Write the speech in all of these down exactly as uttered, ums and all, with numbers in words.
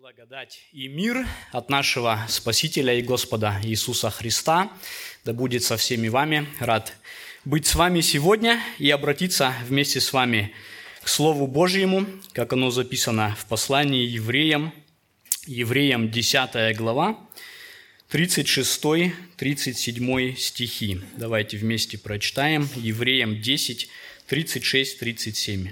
Благодать и мир от нашего Спасителя и Господа Иисуса Христа да будет со всеми вами. Рад быть с вами сегодня и обратиться вместе с вами к Слову Божьему, как оно записано в послании Евреям, Евреям десятая глава, тридцать шестой - тридцать седьмой стихи. Давайте вместе прочитаем. Евреям десять, тридцать шесть - тридцать семь.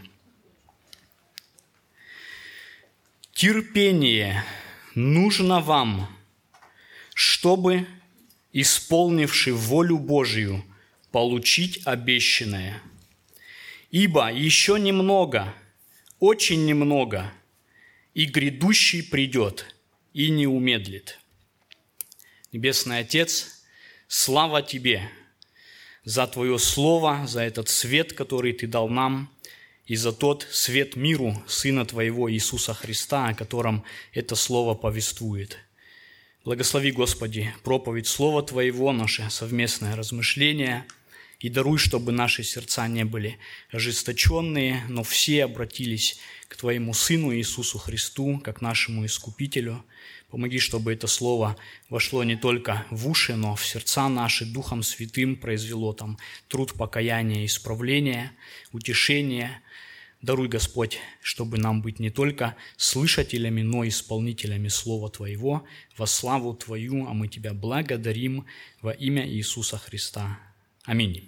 Терпение нужно вам, чтобы, исполнивши волю Божию, получить обещанное. Ибо еще немного, очень немного, и грядущий придет, и не умедлит. Небесный Отец, слава Тебе за Твое Слово, за этот свет, который Ты дал нам, и за тот свет миру Сына Твоего Иисуса Христа, о котором это Слово повествует. Благослови, Господи, проповедь Слова Твоего, наше совместное размышление, и даруй, чтобы наши сердца не были ожесточенные, но все обратились к Твоему Сыну Иисусу Христу, как нашему Искупителю. Помоги, чтобы это Слово вошло не только в уши, но в сердца наши, Духом Святым произвело там труд покаяния, исправления, утешения. Даруй, Господь, чтобы нам быть не только слышателями, но и исполнителями Слова Твоего во славу Твою, а мы Тебя благодарим во имя Иисуса Христа. Аминь.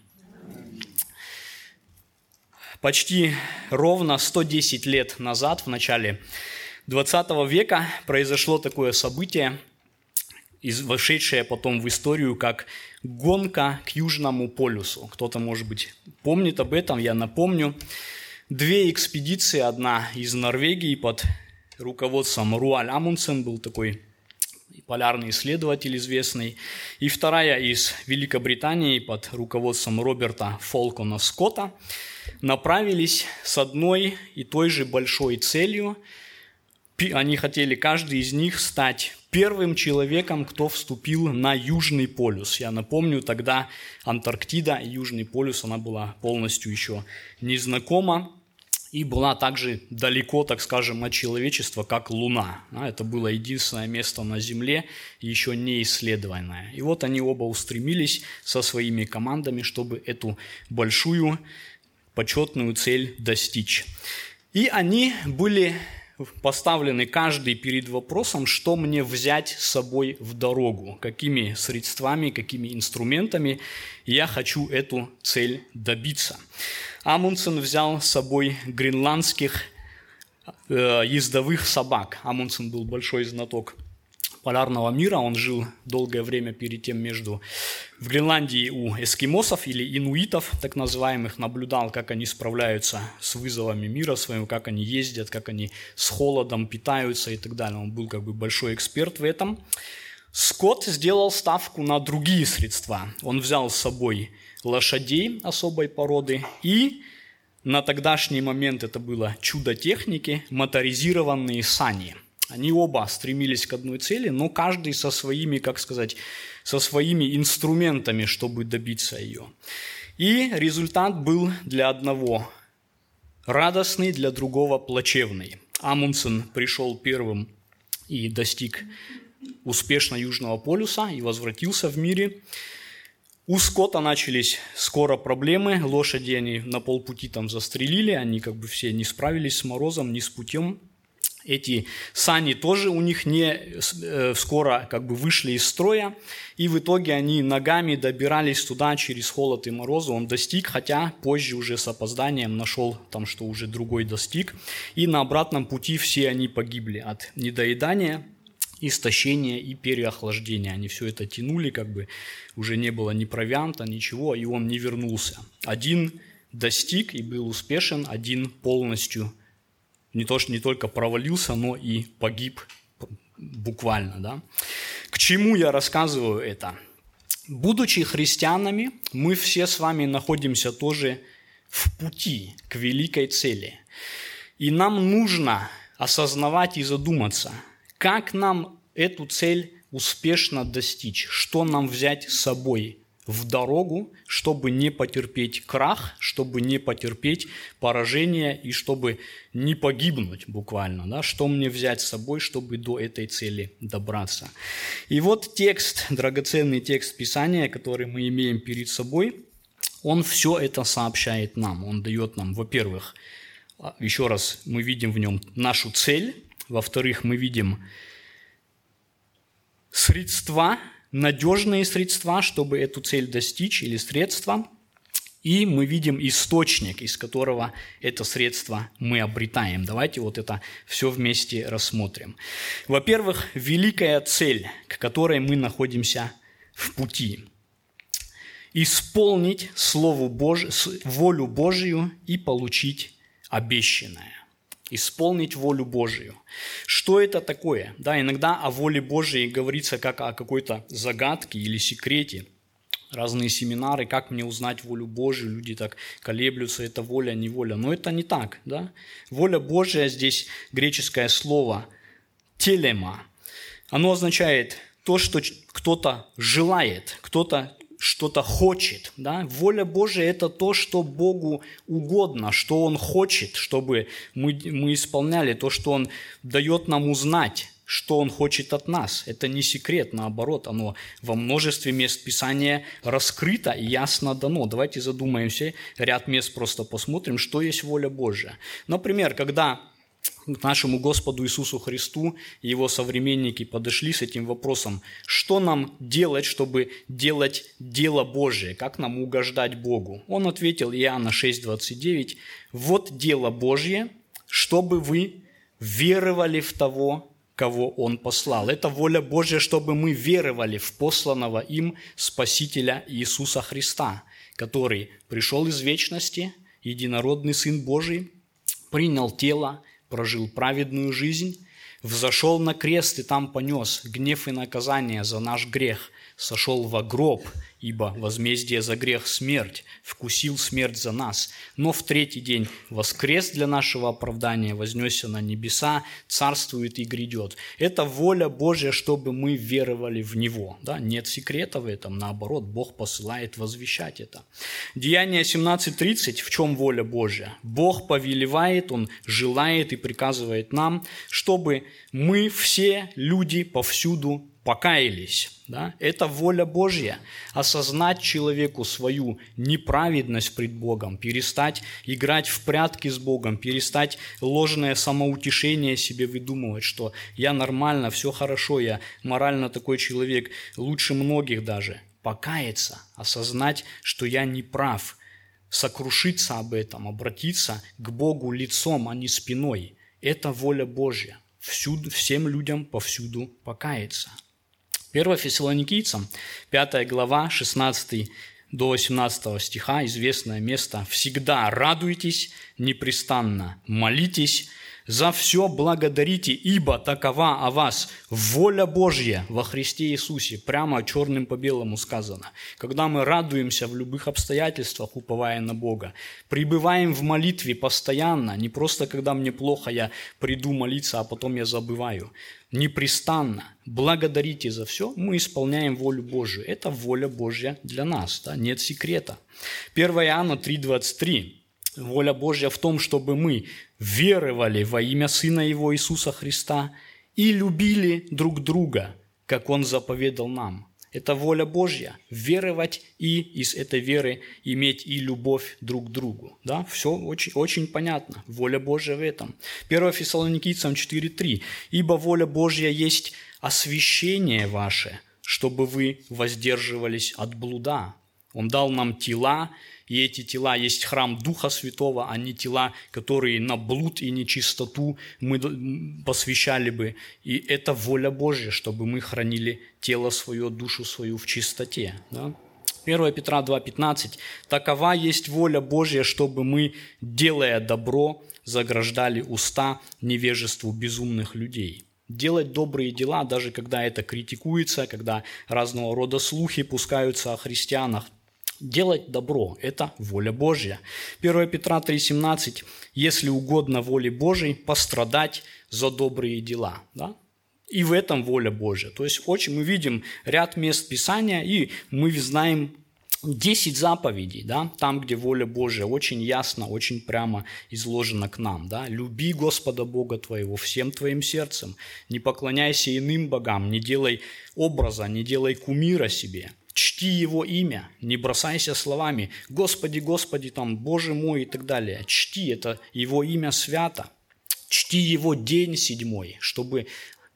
Почти ровно сто десять лет назад, в начале двадцатого века, произошло такое событие, вошедшее потом в историю как гонка к Южному полюсу. Кто-то, может быть, помнит об этом, я напомню. Две экспедиции, одна из Норвегии под руководством Руаль Амундсен, был такой полярный исследователь известный, и вторая из Великобритании под руководством Роберта Фолкона Скотта, направились с одной и той же большой целью. Они хотели, каждый из них, стать первым человеком, кто вступил на Южный полюс. Я напомню, тогда Антарктида и Южный полюс, она была полностью еще незнакома и была также далеко, так скажем, от человечества, как Луна. Это было единственное место на Земле, еще не исследованное. И вот они оба устремились со своими командами, чтобы эту большую почетную цель достичь. И они были поставлены каждый перед вопросом, что мне взять с собой в дорогу, какими средствами, какими инструментами я хочу эту цель добиться. Амундсен взял с собой гренландских э, ездовых собак. Амундсен был большой знаток полярного мира, он жил долгое время перед тем между в Гренландии у эскимосов или инуитов, так называемых, наблюдал, как они справляются с вызовами мира своего, как они ездят, как они с холодом питаются и так далее. Он был как бы большой эксперт в этом. Скотт сделал ставку на другие средства. Он взял с собой лошадей особой породы и на тогдашний момент это было чудо техники, моторизированные сани. Они оба стремились к одной цели, но каждый со своими, как сказать, со своими инструментами, чтобы добиться ее. И результат был для одного радостный, для другого плачевный. Амундсен пришел первым и достиг успешно Южного полюса и возвратился в мире. У Скотта начались скоро проблемы, лошади они на полпути там застрелили, они как бы все не справились с морозом, ни с путем. Эти сани тоже у них не э, скоро как бы вышли из строя, и в итоге они ногами добирались туда через холод и мороз. Он достиг, хотя позже уже с опозданием нашел там, что уже другой достиг. И на обратном пути все они погибли от недоедания, истощения и переохлаждения. Они все это тянули, как бы уже не было ни провианта, ничего, и он не вернулся. Один достиг и был успешен, один полностью Не, то, что не только провалился, но и погиб буквально. Да? К чему я рассказываю это? Будучи христианами, мы все с вами находимся тоже в пути к великой цели. И нам нужно осознавать и задуматься, как нам эту цель успешно достичь, что нам взять с собой в дорогу, чтобы не потерпеть крах, чтобы не потерпеть поражение и чтобы не погибнуть буквально. Да? Что мне взять с собой, чтобы до этой цели добраться? И вот текст, драгоценный текст Писания, который мы имеем перед собой, он все это сообщает нам. Он дает нам, во-первых, еще раз, мы видим в нем нашу цель, во-вторых, мы видим средства, надежные средства, чтобы эту цель достичь, или средства, и мы видим источник, из которого это средство мы обретаем. Давайте вот это все вместе рассмотрим. Во-первых, великая цель, к которой мы находимся в пути. Исполнить Слову Божь... волю Божию и получить обещанное. Исполнить волю Божию. Что это такое? Да, иногда о воле Божией говорится как о какой-то загадке или секрете. Разные семинары, как мне узнать волю Божию, люди так колеблются, это воля, не воля. Но это не так. Да? Воля Божия, здесь греческое слово телема. Оно означает то, что кто-то желает, кто-то что-то хочет. Да? Воля Божия – это то, что Богу угодно, что Он хочет, чтобы мы, мы исполняли, то, что Он дает нам узнать, что Он хочет от нас. Это не секрет, наоборот, оно во множестве мест Писания раскрыто и ясно дано. Давайте задумаемся, ряд мест просто посмотрим, что есть воля Божия. Например, когда к нашему Господу Иисусу Христу и Его современники подошли с этим вопросом, что нам делать, чтобы делать дело Божие, как нам угождать Богу. Он ответил, Иоанна шесть двадцать девять, «Вот дело Божье, чтобы вы веровали в того, кого Он послал». Это воля Божья, чтобы мы веровали в посланного им Спасителя Иисуса Христа, который пришел из вечности, единородный Сын Божий, принял тело, прожил праведную жизнь, взошел на крест и там понес гнев и наказание за наш грех, сошел во гроб, ибо возмездие за грех – смерть, вкусил смерть за нас, но в третий день воскрес для нашего оправдания, вознесся на небеса, царствует и грядет. Это воля Божья, чтобы мы веровали в Него. Да? Нет секрета в этом, наоборот, Бог посылает возвещать это. Деяние семнадцать тридцать, в чем воля Божья? Бог повелевает, Он желает и приказывает нам, чтобы мы все люди повсюду покаялись. Да? Это воля Божья. Осознать человеку свою неправедность пред Богом, перестать играть в прятки с Богом, перестать ложное самоутешение себе выдумывать, что я нормально, все хорошо, я морально такой человек, лучше многих даже. Покаяться, осознать, что я не прав, сокрушиться об этом, обратиться к Богу лицом, а не спиной. Это воля Божья. Всюду, всем людям повсюду покаяться. первое Фессалоникийцам, пятая глава, шестнадцатого до восемнадцатого стиха, известное место. «Всегда радуйтесь, непрестанно молитесь, за все благодарите, ибо такова о вас воля Божья во Христе Иисусе». Прямо черным по белому сказано. Когда мы радуемся в любых обстоятельствах, уповая на Бога, пребываем в молитве постоянно, не просто когда мне плохо, я приду молиться, а потом я забываю. Непрестанно благодарите за все, мы исполняем волю Божию. Это воля Божья для нас, да? Нет секрета. первое Иоанна три двадцать три. Воля Божья в том, чтобы мы веровали во имя Сына Его Иисуса Христа и любили друг друга, как Он заповедал нам. Это воля Божья – веровать и из этой веры иметь и любовь друг к другу. Да? Все очень, очень понятно. Воля Божья в этом. первое Фессалоникийцам четыре три. «Ибо воля Божья есть освящение ваше, чтобы вы воздерживались от блуда». Он дал нам тела, и эти тела есть храм Духа Святого, а не тела, которые на блуд и нечистоту мы посвящали бы. И это воля Божья, чтобы мы хранили тело свое, душу свою в чистоте. Да? первое Петра два пятнадцать. «Такова есть воля Божья, чтобы мы, делая добро, заграждали уста невежеству безумных людей». Делать добрые дела, даже когда это критикуется, когда разного рода слухи пускаются о христианах. Делать добро – это воля Божья. первое Петра три семнадцать. «Если угодно воле Божией, пострадать за добрые дела». Да? И в этом воля Божья. То есть очень мы видим ряд мест Писания, и мы знаем Десять заповедей, да, там, где воля Божия очень ясно, очень прямо изложена к нам. Да. Люби Господа Бога твоего всем твоим сердцем, не поклоняйся иным богам, не делай образа, не делай кумира себе. Чти Его имя, не бросайся словами «Господи, Господи, там, Боже мой» и так далее. Чти, это Его имя свято. Чти Его день седьмой, чтобы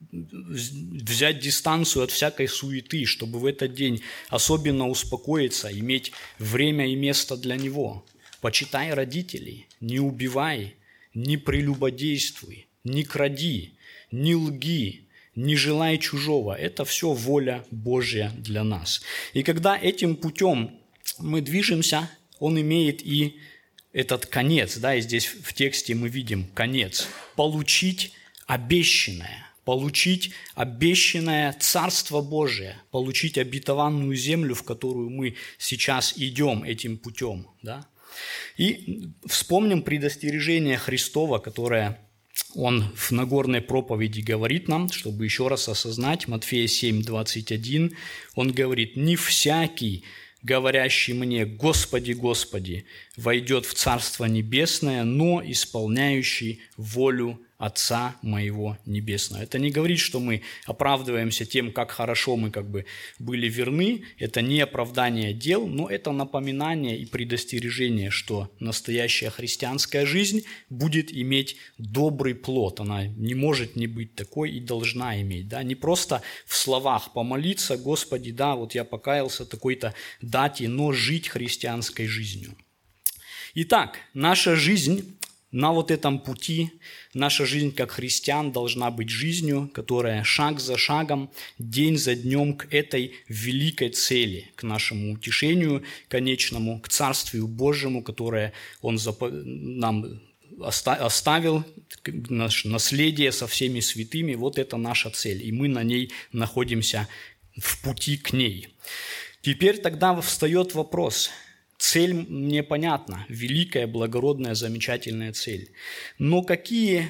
взять дистанцию от всякой суеты, чтобы в этот день особенно успокоиться, иметь время и место для Него. Почитай родителей, не убивай, не прелюбодействуй, не кради, не лги, не желай чужого. Это все воля Божья для нас. И когда этим путем мы движемся, он имеет и этот конец, да, и здесь в тексте мы видим конец. Получить обещанное. Получить обещанное Царство Божие, получить обетованную землю, в которую мы сейчас идем этим путем. Да? И вспомним предостережение Христова, которое Он в Нагорной проповеди говорит нам, чтобы еще раз осознать, Матфея семь, двадцать один, Он говорит: «Не всякий, говорящий мне, Господи, Господи, войдет в Царство Небесное, но исполняющий волю Отца моего Небесного». Это не говорит, что мы оправдываемся тем, как хорошо мы как бы были верны. Это не оправдание дел, но это напоминание и предостережение, что настоящая христианская жизнь будет иметь добрый плод. Она не может не быть такой и должна иметь. Да? Не просто в словах помолиться: «Господи, да, вот я покаялся такой-то дате», но жить христианской жизнью. Итак, наша жизнь на вот этом пути, наша жизнь как христиан должна быть жизнью, которая шаг за шагом, день за днем к этой великой цели, к нашему утешению конечному, к Царствию Божьему, которое Он нам оставил, наше наследие со всеми святыми. Вот это наша цель, и мы на ней находимся в пути к ней. Теперь тогда встает вопрос. Цель мне понятна, великая, благородная, замечательная цель. Но какие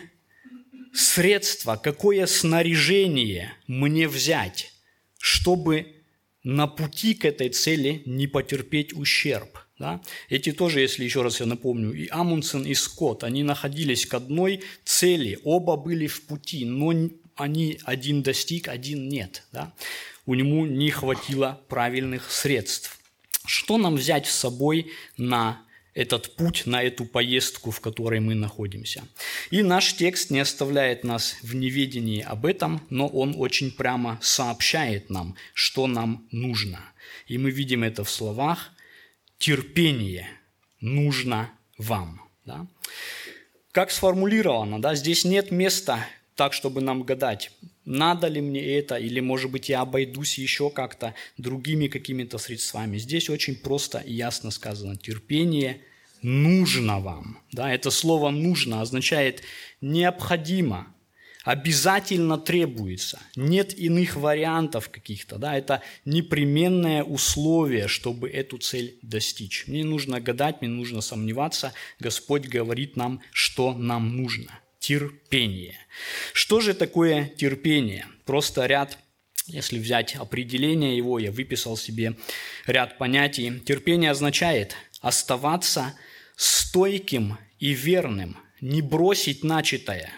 средства, какое снаряжение мне взять, чтобы на пути к этой цели не потерпеть ущерб? Да? Эти тоже, если еще раз я напомню, и Амундсен, и Скотт, они находились к одной цели, оба были в пути, но они один достиг, один нет. Да? У него не хватило правильных средств. Что нам взять с собой на этот путь, на эту поездку, в которой мы находимся? И наш текст не оставляет нас в неведении об этом, но он очень прямо сообщает нам, что нам нужно. И мы видим это в словах: терпение нужно вам. Да? Как сформулировано, да? Здесь нет места так, чтобы нам гадать, надо ли мне это, или, может быть, я обойдусь еще как-то другими какими-то средствами. Здесь очень просто и ясно сказано: терпение нужно вам. Да? Это слово «нужно» означает необходимо, обязательно требуется, нет иных вариантов каких-то. Да? Это непременное условие, чтобы эту цель достичь. Мне нужно гадать, мне нужно сомневаться. Господь говорит нам, что нам нужно. Терпение. Что же такое терпение? Просто ряд, если взять определение его, я выписал себе ряд понятий. Терпение означает оставаться стойким и верным, не бросить начатое,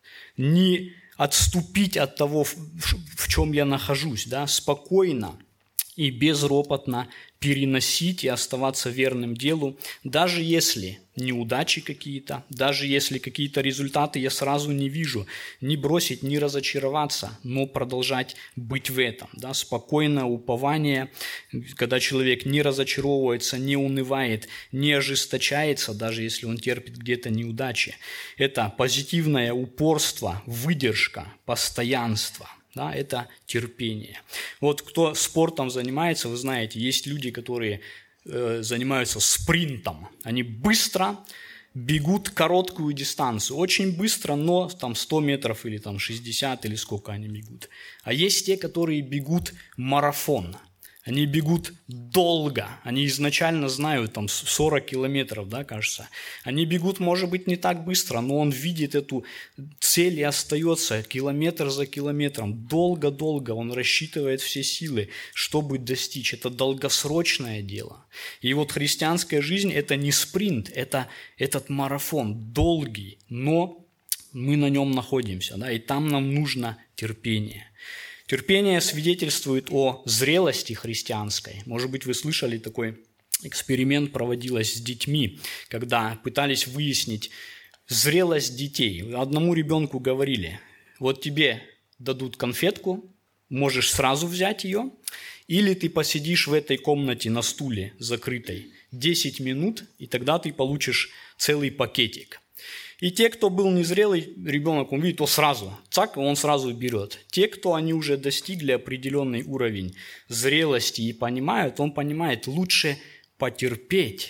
не отступить от того, в чем я нахожусь, да, спокойно и безропотно переносить и оставаться верным делу, даже если неудачи какие-то, даже если какие-то результаты я сразу не вижу, не бросить, не разочароваться, но продолжать быть в этом. Да? Спокойное упование, когда человек не разочаровывается, не унывает, не ожесточается, даже если он терпит где-то неудачи. Это позитивное упорство, выдержка, постоянство. Да, это терпение. Вот кто спортом занимается, вы знаете, есть люди, которые э, занимаются спринтом. Они быстро бегут короткую дистанцию, очень быстро, но там сто метров или там шестьдесят или сколько они бегут. А есть те, которые бегут марафон. Они бегут долго. Они изначально знают, там, сорок километров, да, кажется. Они бегут, может быть, не так быстро, но он видит эту цель и остается километр за километром. Долго-долго он рассчитывает все силы, чтобы достичь. Это долгосрочное дело. И вот христианская жизнь – это не спринт, это этот марафон долгий, но мы на нем находимся, да, и там нам нужно терпение. Терпение свидетельствует о зрелости христианской. Может быть, вы слышали, такой эксперимент проводилось с детьми, когда пытались выяснить зрелость детей. Одному ребенку говорили: вот тебе дадут конфетку, можешь сразу взять ее, или ты посидишь в этой комнате на стуле закрытой десять минут, и тогда ты получишь целый пакетик. И те, кто был незрелый ребенок, он видит, то сразу, цак, он сразу берет. Те, кто они уже достигли определенный уровень зрелости и понимают, он понимает, лучше потерпеть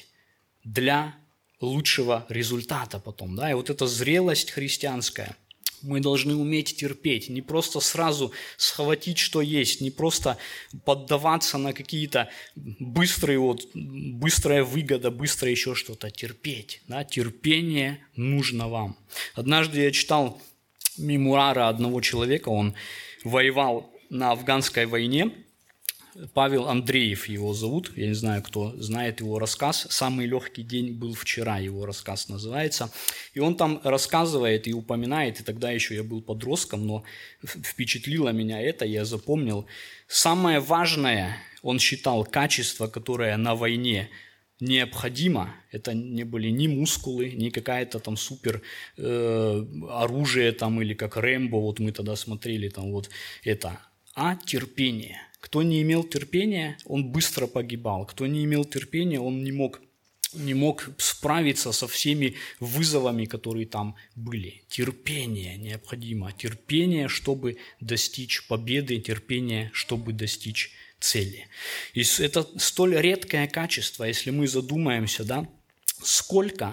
для лучшего результата потом. Да? И вот эта зрелость христианская, мы должны уметь терпеть, не просто сразу схватить, что есть, не просто поддаваться на какие-то быстрые, вот, быстрая выгода, быстрое еще что-то, терпеть. Да? Терпение нужно вам. Однажды я читал мемуары одного человека, он воевал на афганской войне, Павел Андреев его зовут, я не знаю, кто знает его рассказ. «Самый легкий день был вчера», его рассказ называется. И он там рассказывает и упоминает, и тогда еще я был подростком, но впечатлило меня это, я запомнил. Самое важное, он считал, качество, которое на войне необходимо, это не были ни мускулы, ни какая-то там супер э, оружие там, или как Рэмбо, вот мы тогда смотрели там вот это, а терпение. Кто не имел терпения, он быстро погибал. Кто не имел терпения, он не мог, не мог справиться со всеми вызовами, которые там были. Терпение необходимо. Терпение, чтобы достичь победы, терпение, чтобы достичь цели. И это столь редкое качество, если мы задумаемся, да, сколько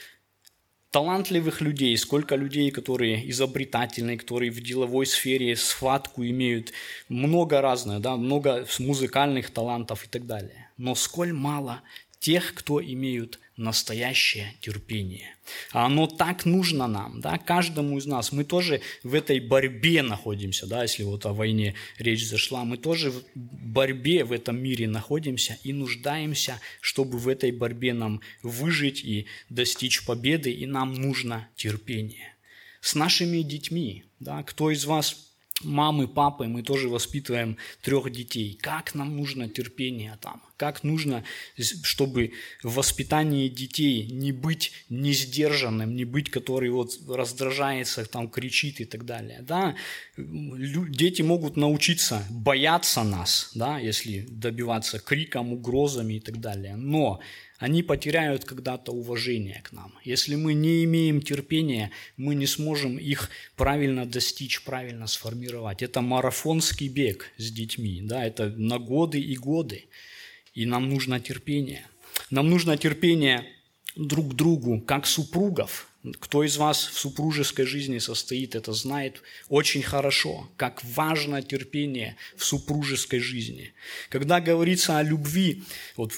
талантливых людей, сколько людей, которые изобретательные, которые в деловой сфере схватку имеют, много разных, да, много музыкальных талантов и так далее. Но сколь мало тех, кто имеют настоящее терпение. А оно так нужно нам, да, каждому из нас. Мы тоже в этой борьбе находимся, да, если вот о войне речь зашла, мы тоже в борьбе в этом мире находимся и нуждаемся, чтобы в этой борьбе нам выжить и достичь победы, и нам нужно терпение. С нашими детьми, да, кто из вас мамы, папы, мы тоже воспитываем трех детей. Как нам нужно терпение там? Как нужно, чтобы в воспитании детей не быть несдержанным, не быть, который вот раздражается, там, кричит и так далее. Да? Дети могут научиться бояться нас, да, если добиваться криком, угрозами и так далее. Но они потеряют когда-то уважение к нам. Если мы не имеем терпения, мы не сможем их правильно достичь, правильно сформировать. Это марафонский бег с детьми, да, это на годы и годы. И нам нужно терпение. Нам нужно терпение друг к другу, как супругов. Кто из вас в супружеской жизни состоит, это знает очень хорошо, как важно терпение в супружеской жизни. Когда говорится о любви, вот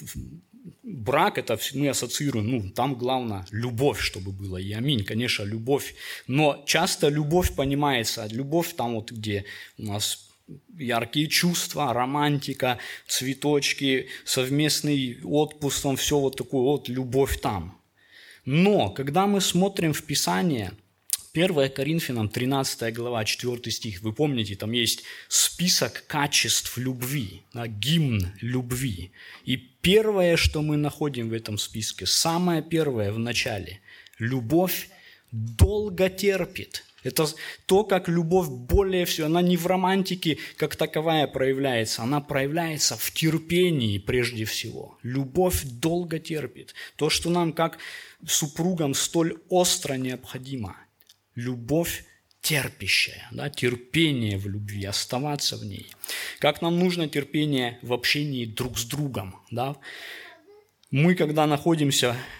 брак, это мы ассоциируем, ну, там главное любовь, чтобы было, и аминь, конечно, любовь. Но часто любовь понимается, любовь там вот, где у нас яркие чувства, романтика, цветочки, совместный отпуск, там все вот такое, вот любовь там. Но, когда мы смотрим в Писание, первое Коринфянам, тринадцатая глава, четвёртый стих, вы помните, там есть список качеств любви, да, гимн любви. И первое, что мы находим в этом списке, самое первое в начале, любовь долго терпит. Это то, как любовь более всего, она не в романтике как таковая проявляется, она проявляется в терпении прежде всего. Любовь долго терпит. То, что нам как супругам столь остро необходимо. Любовь терпящая, да, терпение в любви, оставаться в ней. Как нам нужно терпение в общении друг с другом. Да? Мы, когда находимся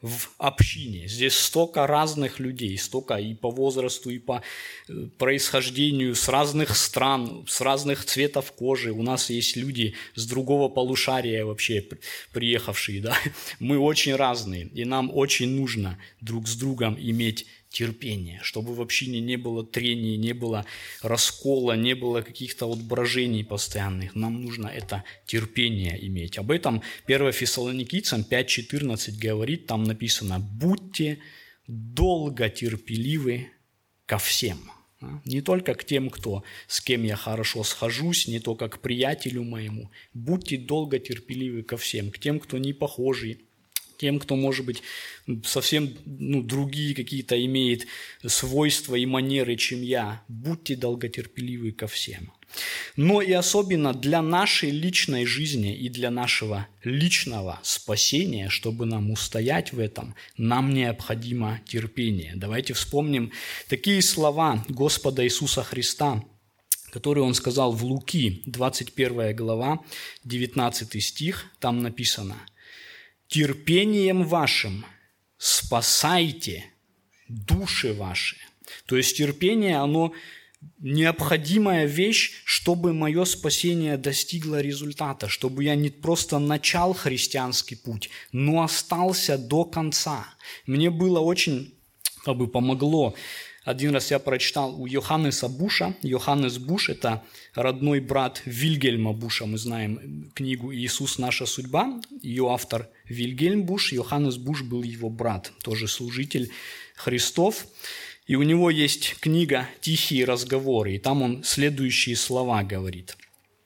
в общине. Здесь столько разных людей, столько и по возрасту, и по происхождению, с разных стран, с разных цветов кожи. У нас есть люди с другого полушария вообще приехавшие. Да? Мы очень разные, и нам очень нужно друг с другом иметь терпение, чтобы в общине не было трений, не было раскола, не было каких-то вот брожений постоянных. Нам нужно это терпение иметь. Об этом первое Фессалоникийцам пять четырнадцать говорит, там написано: «Будьте долго терпеливы ко всем». Не только к тем, кто, с кем я хорошо схожусь, не только к приятелю моему. Будьте долго терпеливы ко всем, к тем, кто не похожий, тем, кто, может быть, совсем ну, другие какие-то имеет свойства и манеры, чем я. Будьте долготерпеливы ко всем. Но и особенно для нашей личной жизни и для нашего личного спасения, чтобы нам устоять в этом, нам необходимо терпение. Давайте вспомним такие слова Господа Иисуса Христа, которые Он сказал в Луки, двадцать первая глава, девятнадцатый стих, там написано: «Терпением вашим спасайте души ваши». То есть терпение, оно необходимая вещь, чтобы мое спасение достигло результата, чтобы я не просто начал христианский путь, но остался до конца. Мне было очень, как бы, помогло. Один раз я прочитал у Йоханнеса Буша. Йоханнес Буш – это родной брат Вильгельма Буша. Мы знаем книгу «Иисус. Наша судьба». Ее автор Вильгельм Буш. Йоханнес Буш был его брат, тоже служитель Христов. И у него есть книга «Тихие разговоры», и там он следующие слова говорит.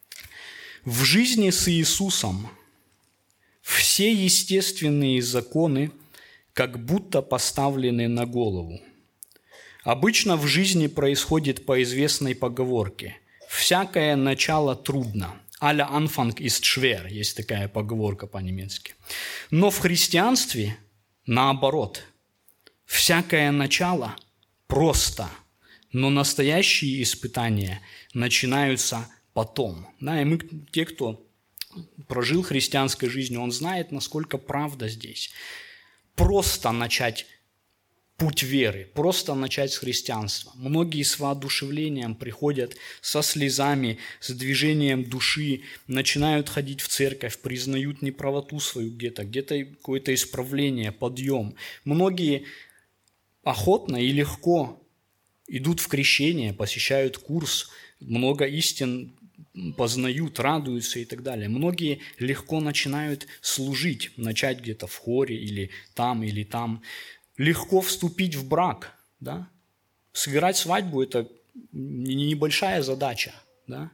«В жизни с Иисусом все естественные законы как будто поставлены на голову. Обычно в жизни происходит по известной поговорке: «Всякое начало трудно». «Alle Anfang ist schwer» – есть такая поговорка по-немецки. Но в христианстве наоборот. Всякое начало просто, но настоящие испытания начинаются потом. Да, и мы, те, кто прожил христианской жизнью, он знает, насколько правда здесь. Просто начать путь веры, просто начать с христианства. Многие с воодушевлением приходят, со слезами, с движением души, начинают ходить в церковь, признают неправоту свою где-то, где-то какое-то исправление, подъем. Многие охотно и легко идут в крещение, посещают курс, много истин познают, радуются и так далее. Многие легко начинают служить, начать где-то в хоре или там, или там. Легко вступить в брак, да? Сыграть свадьбу – это небольшая задача, да?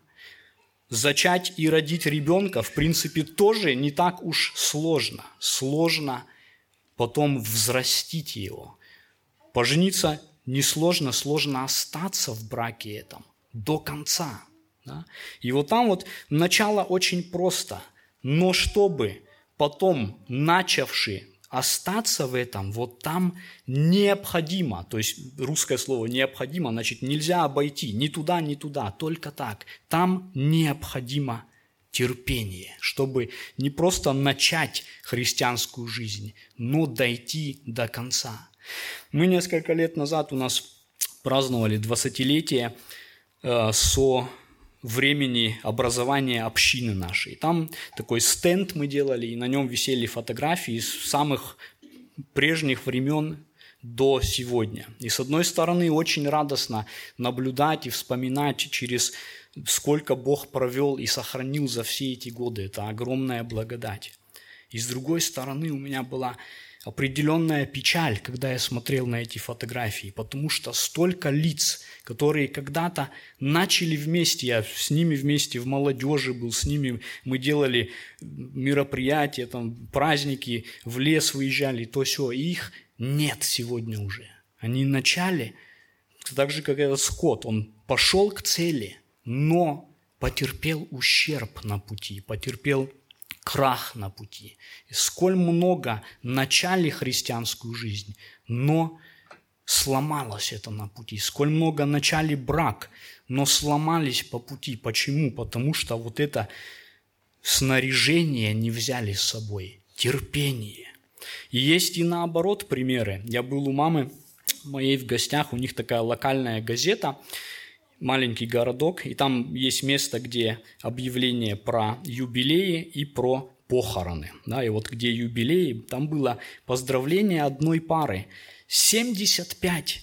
Зачать и родить ребенка, в принципе, тоже не так уж сложно. Сложно потом взрастить его. Пожениться несложно, сложно остаться в браке этом до конца. Да? И вот там вот начало очень просто, но чтобы потом начавший остаться в этом, вот там необходимо, то есть русское слово «необходимо», значит, нельзя обойти ни туда, ни туда, только так. Там необходимо терпение, чтобы не просто начать христианскую жизнь, но дойти до конца. Мы несколько лет назад у нас праздновали двадцатилетие э, со времени образования общины нашей. Там такой стенд мы делали, и на нем висели фотографии с самых прежних времен до сегодня. И с одной стороны, очень радостно наблюдать и вспоминать, через сколько Бог провел и сохранил за все эти годы. Это огромная благодать. И с другой стороны, у меня была определенная печаль, когда я смотрел на эти фотографии, потому что столько лиц, которые когда-то начали вместе, я с ними вместе в молодежи был, с ними мы делали мероприятия, там, праздники, в лес выезжали, то все, и их нет сегодня уже. Они начали, так же, как этот скот, он пошел к цели, но потерпел ущерб на пути, потерпел крах на пути. И сколь много начали христианскую жизнь, но сломалось это на пути. Сколь много начали брак, но сломались по пути. Почему? Потому что вот это снаряжение не взяли с собой. Терпение. И есть и наоборот примеры. Я был у мамы моей в гостях, у них такая локальная газета, маленький городок, и там есть место, где объявление про юбилеи и про похороны. Да, и вот где юбилеи, там было поздравление одной пары. семьдесят пять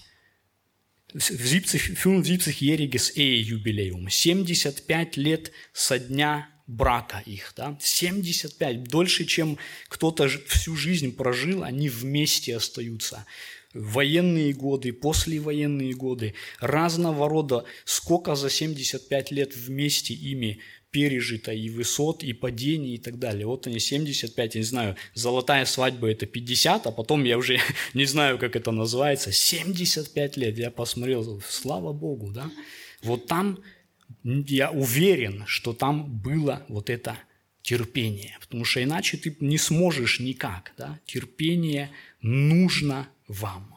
фünfundsiebzig-jähriges Ehejubiläum. семьдесят пять лет со дня брака их. Да? семьдесят пять. Дольше, чем кто-то всю жизнь прожил, они вместе остаются. Военные годы, послевоенные годы, разного рода, сколько за семьдесят пять лет вместе ими пережито и высот, и падений, и так далее. Вот они семьдесят пять, я не знаю, золотая свадьба это пятьдесят, а потом я уже не знаю, как это называется, семьдесят пять лет. Я посмотрел, слава Богу, да. Вот там, я уверен, что там было вот это терпение, потому что иначе ты не сможешь никак, да. Терпение нужно вам.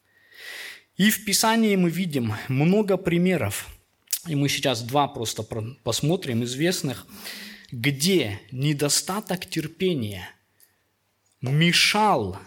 И в Писании мы видим много примеров, и мы сейчас два просто посмотрим, известных, где недостаток терпения мешал,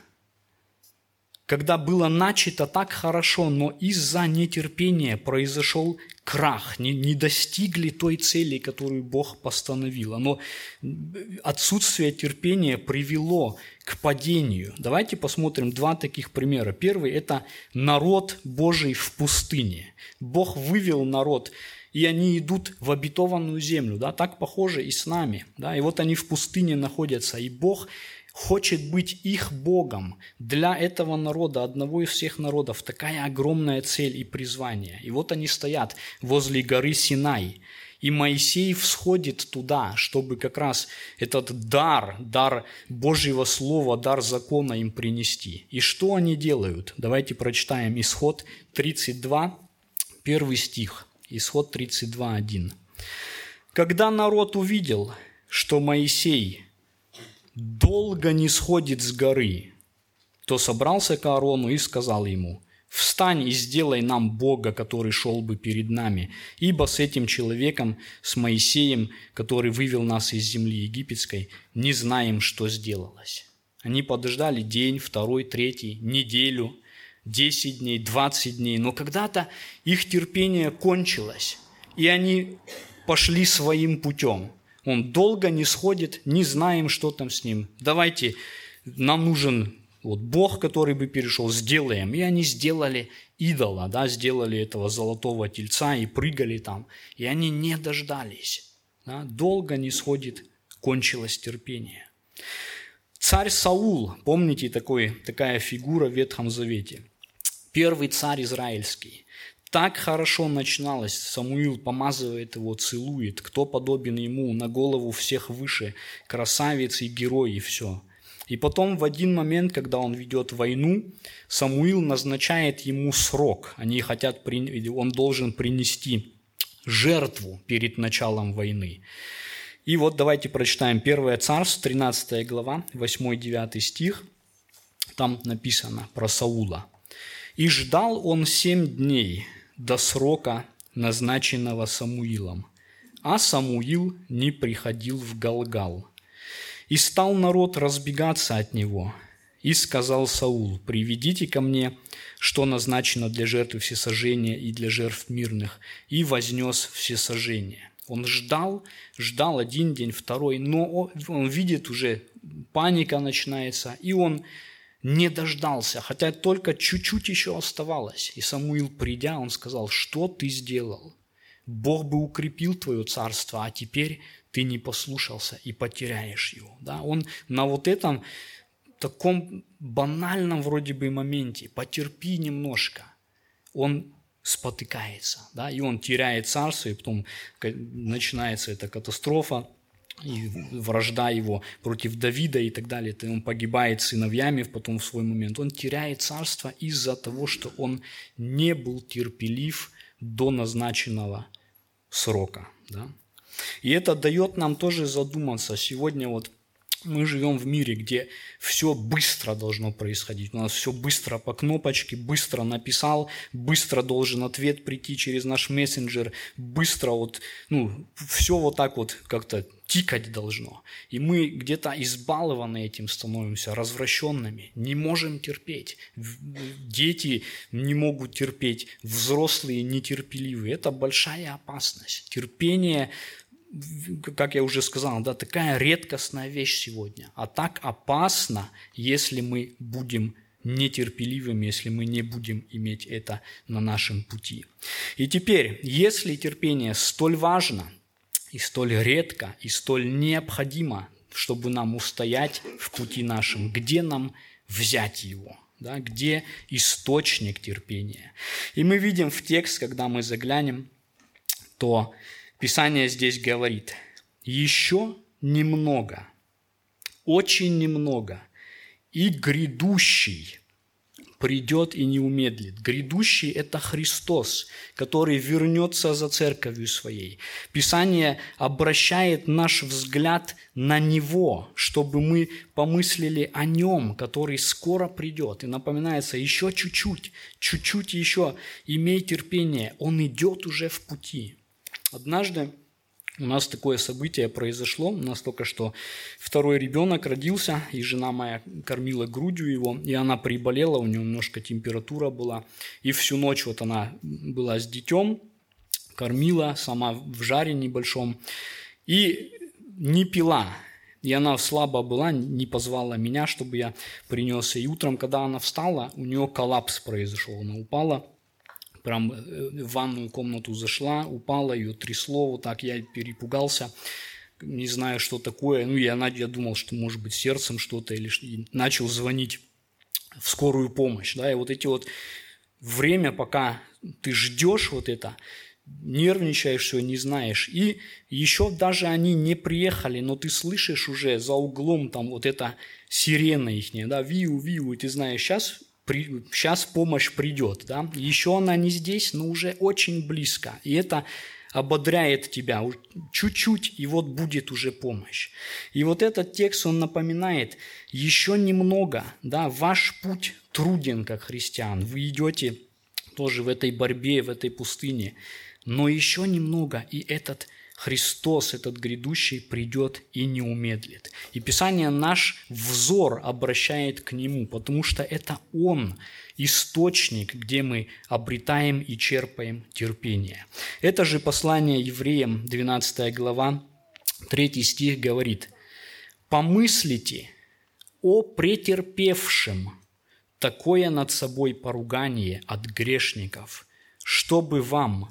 когда было начато так хорошо, но из-за нетерпения произошел крах, не, не достигли той цели, которую Бог постановил. Оно, отсутствие терпения привело к падению. Давайте посмотрим два таких примера. Первый – это народ Божий в пустыне. Бог вывел народ, и они идут в обетованную землю. Да? Так похоже и с нами. Да? И вот они в пустыне находятся, и Бог хочет быть их Богом. Для этого народа, одного из всех народов, такая огромная цель и призвание. И вот они стоят возле горы Синай. И Моисей всходит туда, чтобы как раз этот дар, дар Божьего Слова, дар закона им принести. И что они делают? Давайте прочитаем Исход тридцать два, первый стих. Исход тридцать два, один. «Когда народ увидел, что Моисей долго не сходит с горы, то собрался к Аарону и сказал ему: «Встань и сделай нам Бога, который шел бы перед нами, ибо с этим человеком, с Моисеем, который вывел нас из земли египетской, не знаем, что сделалось». Они подождали день, второй, третий, неделю, десять дней, двадцать дней, но когда-то их терпение кончилось, и они пошли своим путем. Он долго не сходит, не знаем, что там с ним. Давайте, нам нужен вот Бог, который бы перешел, сделаем. И они сделали идола, да, сделали этого золотого тельца и прыгали там. И они не дождались. Да, долго не сходит, кончилось терпение. Царь Саул, помните, такой, такая фигура в Ветхом Завете. Первый царь израильский. Так хорошо начиналось. Самуил помазывает его, целует. Кто подобен ему? На голову всех выше. Красавец и герой, и все. И потом в один момент, когда он ведет войну, Самуил назначает ему срок. Они хотят, он должен принести жертву перед началом войны. И вот давайте прочитаем первое Царство, тринадцатая глава, восьмой-девятый стих. Там написано про Саула. «И ждал он семь дней до срока, назначенного Самуилом, а Самуил не приходил в Галгал. И стал народ разбегаться от него. И сказал Саул: приведите ко мне, что назначено для жертвы всесожжения и для жертв мирных, и вознес всесожжение». Он ждал, ждал один день, второй, но он, он видит уже, паника начинается, и он не дождался, хотя только чуть-чуть еще оставалось. И Самуил, придя, он сказал: что ты сделал? Бог бы укрепил твое царство, а теперь ты не послушался и потеряешь его. Да? Он на вот этом таком банальном вроде бы моменте, потерпи немножко, он спотыкается, да? И он теряет царство, и потом начинается эта катастрофа, и вражда его против Давида и так далее. Он погибает с сыновьями потом в свой момент. Он теряет царство из-за того, что он не был терпелив до назначенного срока. Да? И это дает нам тоже задуматься. Сегодня вот Мы живем в мире, где все быстро должно происходить. У нас все быстро по кнопочке, быстро написал, быстро должен ответ прийти через наш мессенджер, быстро вот, ну, все вот так вот как-то тикать должно. И мы где-то избалованы этим становимся, развращенными, не можем терпеть. Дети не могут терпеть, взрослые нетерпеливые. Это большая опасность. Терпение, как я уже сказал, да, такая редкостная вещь сегодня. А так опасно, если мы будем нетерпеливыми, если мы не будем иметь это на нашем пути. И теперь, если терпение столь важно, и столь редко, и столь необходимо, чтобы нам устоять в пути нашем, где нам взять его? Да, где источник терпения? И мы видим в текст, когда мы заглянем, то Писание здесь говорит: еще немного, очень немного, и грядущий придет и не умедлит. Грядущий – это Христос, который вернется за церковью своей. Писание обращает наш взгляд на Него, чтобы мы помыслили о Нем, который скоро придет. И напоминается: еще чуть-чуть, чуть-чуть еще, имей терпение, Он идет уже в пути. Однажды у нас такое событие произошло. У нас только что второй ребенок родился, и жена моя кормила грудью его, и она приболела, у нее немножко температура была. И всю ночь вот она была с детем, кормила, сама в жаре небольшом, и не пила. И она слабо была, не позвала меня, чтобы я принес. И утром, когда она встала, у нее коллапс произошел. Она упала, прям в ванную комнату зашла, упала, ее трясло, вот так я перепугался, не знаю, что такое. Ну, я, я думал, что может быть сердцем что-то, или и начал звонить в скорую помощь. Да, и вот эти вот время, пока ты ждешь вот это, нервничаешь, все, не знаешь. И еще даже они не приехали, но ты слышишь уже за углом там вот эта сирена их, да, виу, виу, и ты знаешь, сейчас... Сейчас помощь придет, да? Еще она не здесь, но уже очень близко. И это ободряет тебя чуть-чуть, и вот будет уже помощь. И вот этот текст, он напоминает: еще немного, да, ваш путь труден, как христиан. Вы идете тоже в этой борьбе, в этой пустыне. Но еще немного, и этот Христос, этот грядущий, придет и не умедлит. И Писание наш взор обращает к Нему, потому что это Он, источник, где мы обретаем и черпаем терпение. Это же послание евреям, двенадцатая глава, третий стих говорит: «Помыслите о претерпевшем такое над собой поругание от грешников, чтобы вам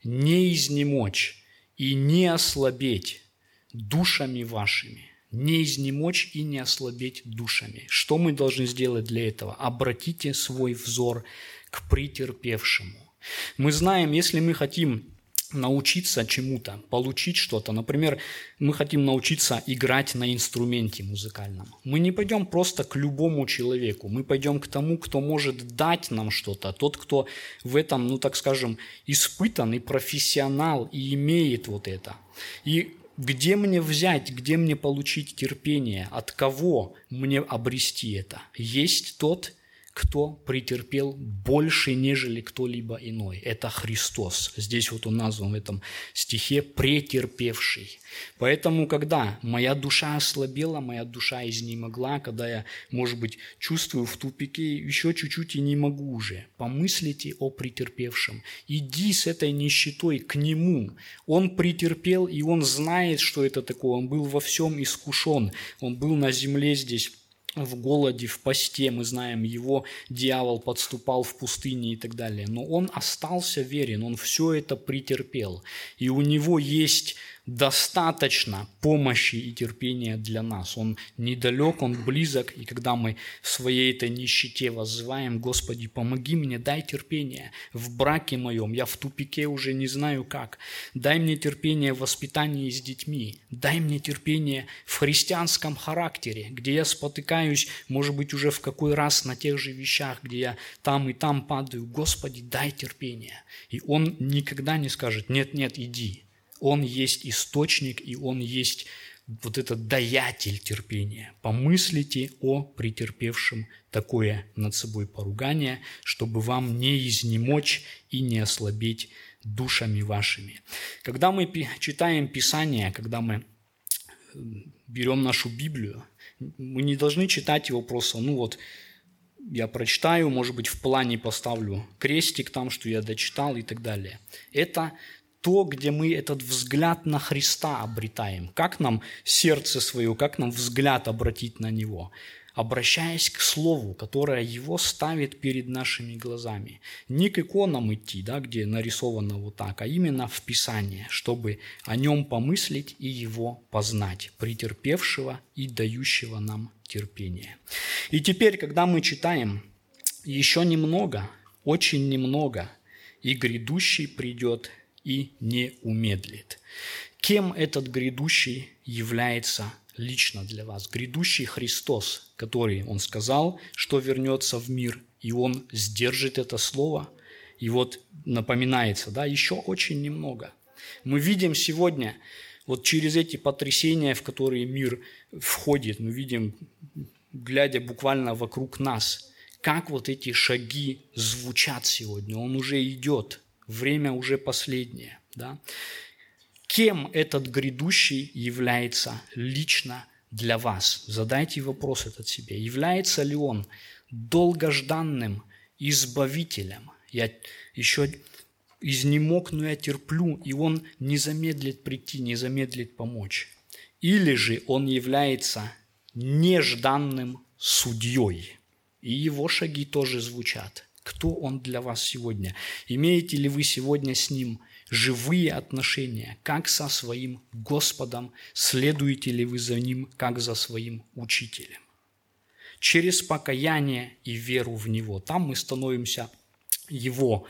не изнемочь и не ослабеть душами вашими». Не изнемочь и не ослабеть душами. Что мы должны сделать для этого? Обратите свой взор к претерпевшему. Мы знаем, если мы хотим научиться чему-то, получить что-то, например, мы хотим научиться играть на инструменте музыкальном, мы не пойдем просто к любому человеку, мы пойдем к тому, кто может дать нам что-то, тот, кто в этом, ну так скажем, испытанный профессионал и имеет вот это. И где мне взять, где мне получить терпение, от кого мне обрести это? Есть тот, кто претерпел больше, нежели кто-либо иной. Это Христос. Здесь вот он назван в этом стихе претерпевший. Поэтому, когда моя душа ослабела, моя душа изнемогла, когда я, может быть, чувствую в тупике, еще чуть-чуть и не могу уже, помыслите о претерпевшем. Иди с этой нищетой к Нему. Он претерпел, и Он знает, что это такое. Он был во всем искушен. Он был на земле здесь, в голоде, в посте, мы знаем, его дьявол подступал в пустыне и так далее. Но он остался верен, он все это претерпел. И у него есть достаточно помощи и терпения для нас. Он недалек, он близок. И когда мы в своей этой нищете воззываем: «Господи, помоги мне, дай терпение в браке моем, я в тупике уже не знаю как. Дай мне терпение в воспитании с детьми. Дай мне терпение в христианском характере, где я спотыкаюсь, может быть, уже в какой раз на тех же вещах, где я там и там падаю. Господи, дай терпение». И он никогда не скажет: «Нет, нет, иди». Он есть источник, и Он есть вот этот даятель терпения. Помыслите о претерпевшем такое над собой поругание, чтобы вам не изнемочь и не ослабеть душами вашими. Когда мы читаем Писание, когда мы берем нашу Библию, мы не должны читать его просто, ну вот, я прочитаю, может быть, в плане поставлю крестик там, что я дочитал и так далее. Это то, где мы этот взгляд на Христа обретаем. Как нам сердце свое, как нам взгляд обратить на Него? Обращаясь к Слову, которое Его ставит перед нашими глазами. Не к иконам идти, да, где нарисовано вот так, а именно в Писание, чтобы о Нем помыслить и Его познать, претерпевшего и дающего нам терпение. И теперь, когда мы читаем еще немного, очень немного, и грядущий придет и не умедлит. Кем этот грядущий является лично для вас? Грядущий Христос, который, Он сказал, что вернется в мир, и Он сдержит это слово. И вот напоминается, да, еще очень немного. Мы видим сегодня, вот через эти потрясения, в которые мир входит, мы видим, глядя буквально вокруг нас, как вот эти шаги звучат сегодня. Он уже идет. Время уже последнее. Да? Кем этот грядущий является лично для вас? Задайте вопрос этот себе. Является ли он долгожданным избавителем? Я еще изнемог, но я терплю, и он не замедлит прийти, не замедлит помочь. Или же он является нежданным судьей, и его шаги тоже звучат. Кто он для вас сегодня? Имеете ли вы сегодня с ним живые отношения, как со своим Господом? Следуете ли вы за ним, как за своим учителем? Через покаяние и веру в него. Там мы становимся его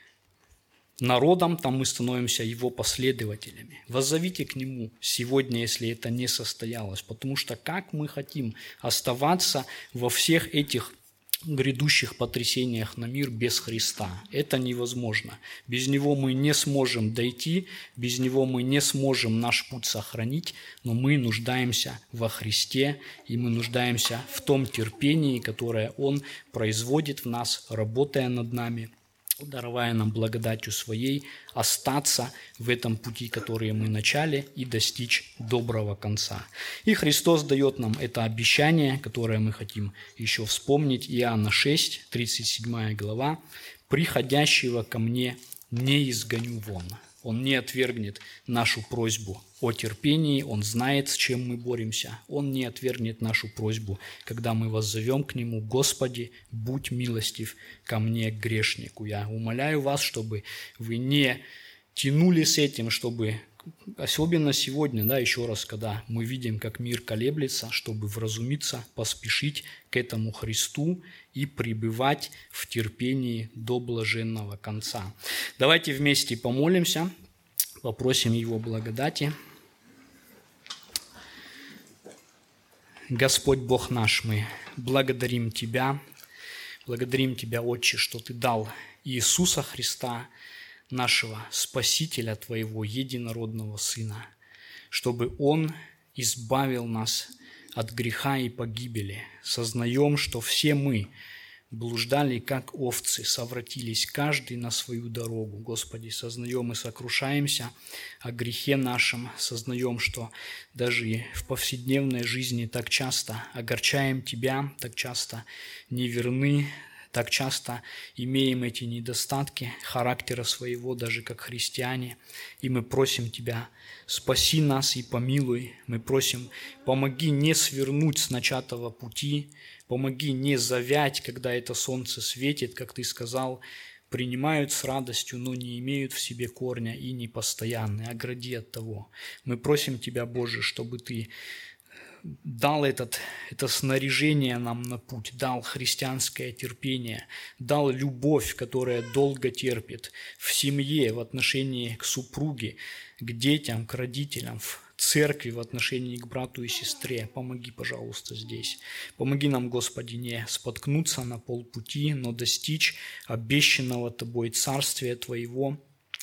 народом, там мы становимся его последователями. Воззовите к нему сегодня, если это не состоялось, потому что как мы хотим оставаться во всех этих грядущих потрясениях на мир без Христа. Это невозможно. Без Него мы не сможем дойти, без Него мы не сможем наш путь сохранить, но мы нуждаемся во Христе, и мы нуждаемся в том терпении, которое Он производит в нас, работая над нами, даровая нам благодатью Своей, остаться в этом пути, который мы начали, и достичь доброго конца. И Христос дает нам это обещание, которое мы хотим еще вспомнить. Иоанна шесть, тридцать седьмая глава. «Приходящего ко мне не изгоню вон». Он не отвергнет нашу просьбу о терпении, Он знает, с чем мы боремся. Он не отвергнет нашу просьбу, когда мы воззовем к Нему: «Господи, будь милостив ко мне, грешнику». Я умоляю вас, чтобы вы не тянули с этим, чтобы, особенно сегодня, да, еще раз, когда мы видим, как мир колеблется, чтобы вразумиться, поспешить к этому Христу и пребывать в терпении до блаженного конца. Давайте вместе помолимся, попросим Его благодати. Господь Бог наш, мы благодарим Тебя, благодарим Тебя, Отче, что Ты дал Иисуса Христа, нашего Спасителя, Твоего единородного Сына, чтобы Он избавил нас от греха и погибели. Сознаем, что все мы блуждали, как овцы, совратились каждый на свою дорогу. Господи, сознаем и сокрушаемся о грехе нашем, сознаем, что даже в повседневной жизни так часто огорчаем Тебя, так часто неверны, так часто имеем эти недостатки характера своего, даже как христиане. И мы просим Тебя, спаси нас и помилуй. Мы просим, помоги не свернуть с начатого пути, помоги не завять, когда это солнце светит, как Ты сказал, принимают с радостью, но не имеют в себе корня и не постоянны. Огради от того. Мы просим Тебя, Боже, чтобы Ты дал этот, это снаряжение нам на путь, дал христианское терпение, дал любовь, которая долго терпит в семье, в отношении к супруге, к детям, к родителям, в церкви, в отношении к брату и сестре. Помоги, пожалуйста, здесь. Помоги нам, Господи, не споткнуться на полпути, но достичь обещанного Тобой Царствия Твоего,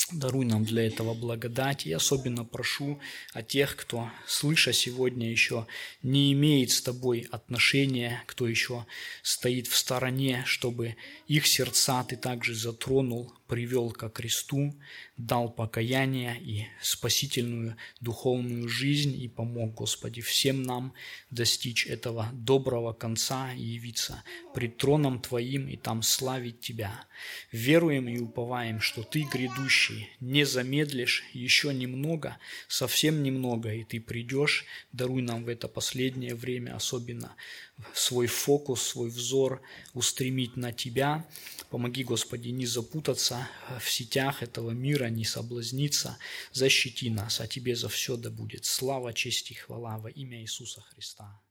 Даруй нам для этого благодать. И особенно прошу о тех, кто, слыша сегодня, еще не имеет с Тобой отношения, кто еще стоит в стороне, чтобы их сердца Ты также затронул, привел ко кресту, дал покаяние и спасительную духовную жизнь и помог, Господи, всем нам достичь этого доброго конца и явиться пред троном Твоим и там славить Тебя. Веруем и уповаем, что Ты, грядущий, не замедлишь еще немного, совсем немного, и Ты придешь. Даруй нам в это последнее время особенно свой фокус, свой взор устремить на Тебя. Помоги, Господи, не запутаться в сетях этого мира, не соблазниться. Защити нас, а Тебе за все да будет слава, честь и хвала во имя Иисуса Христа.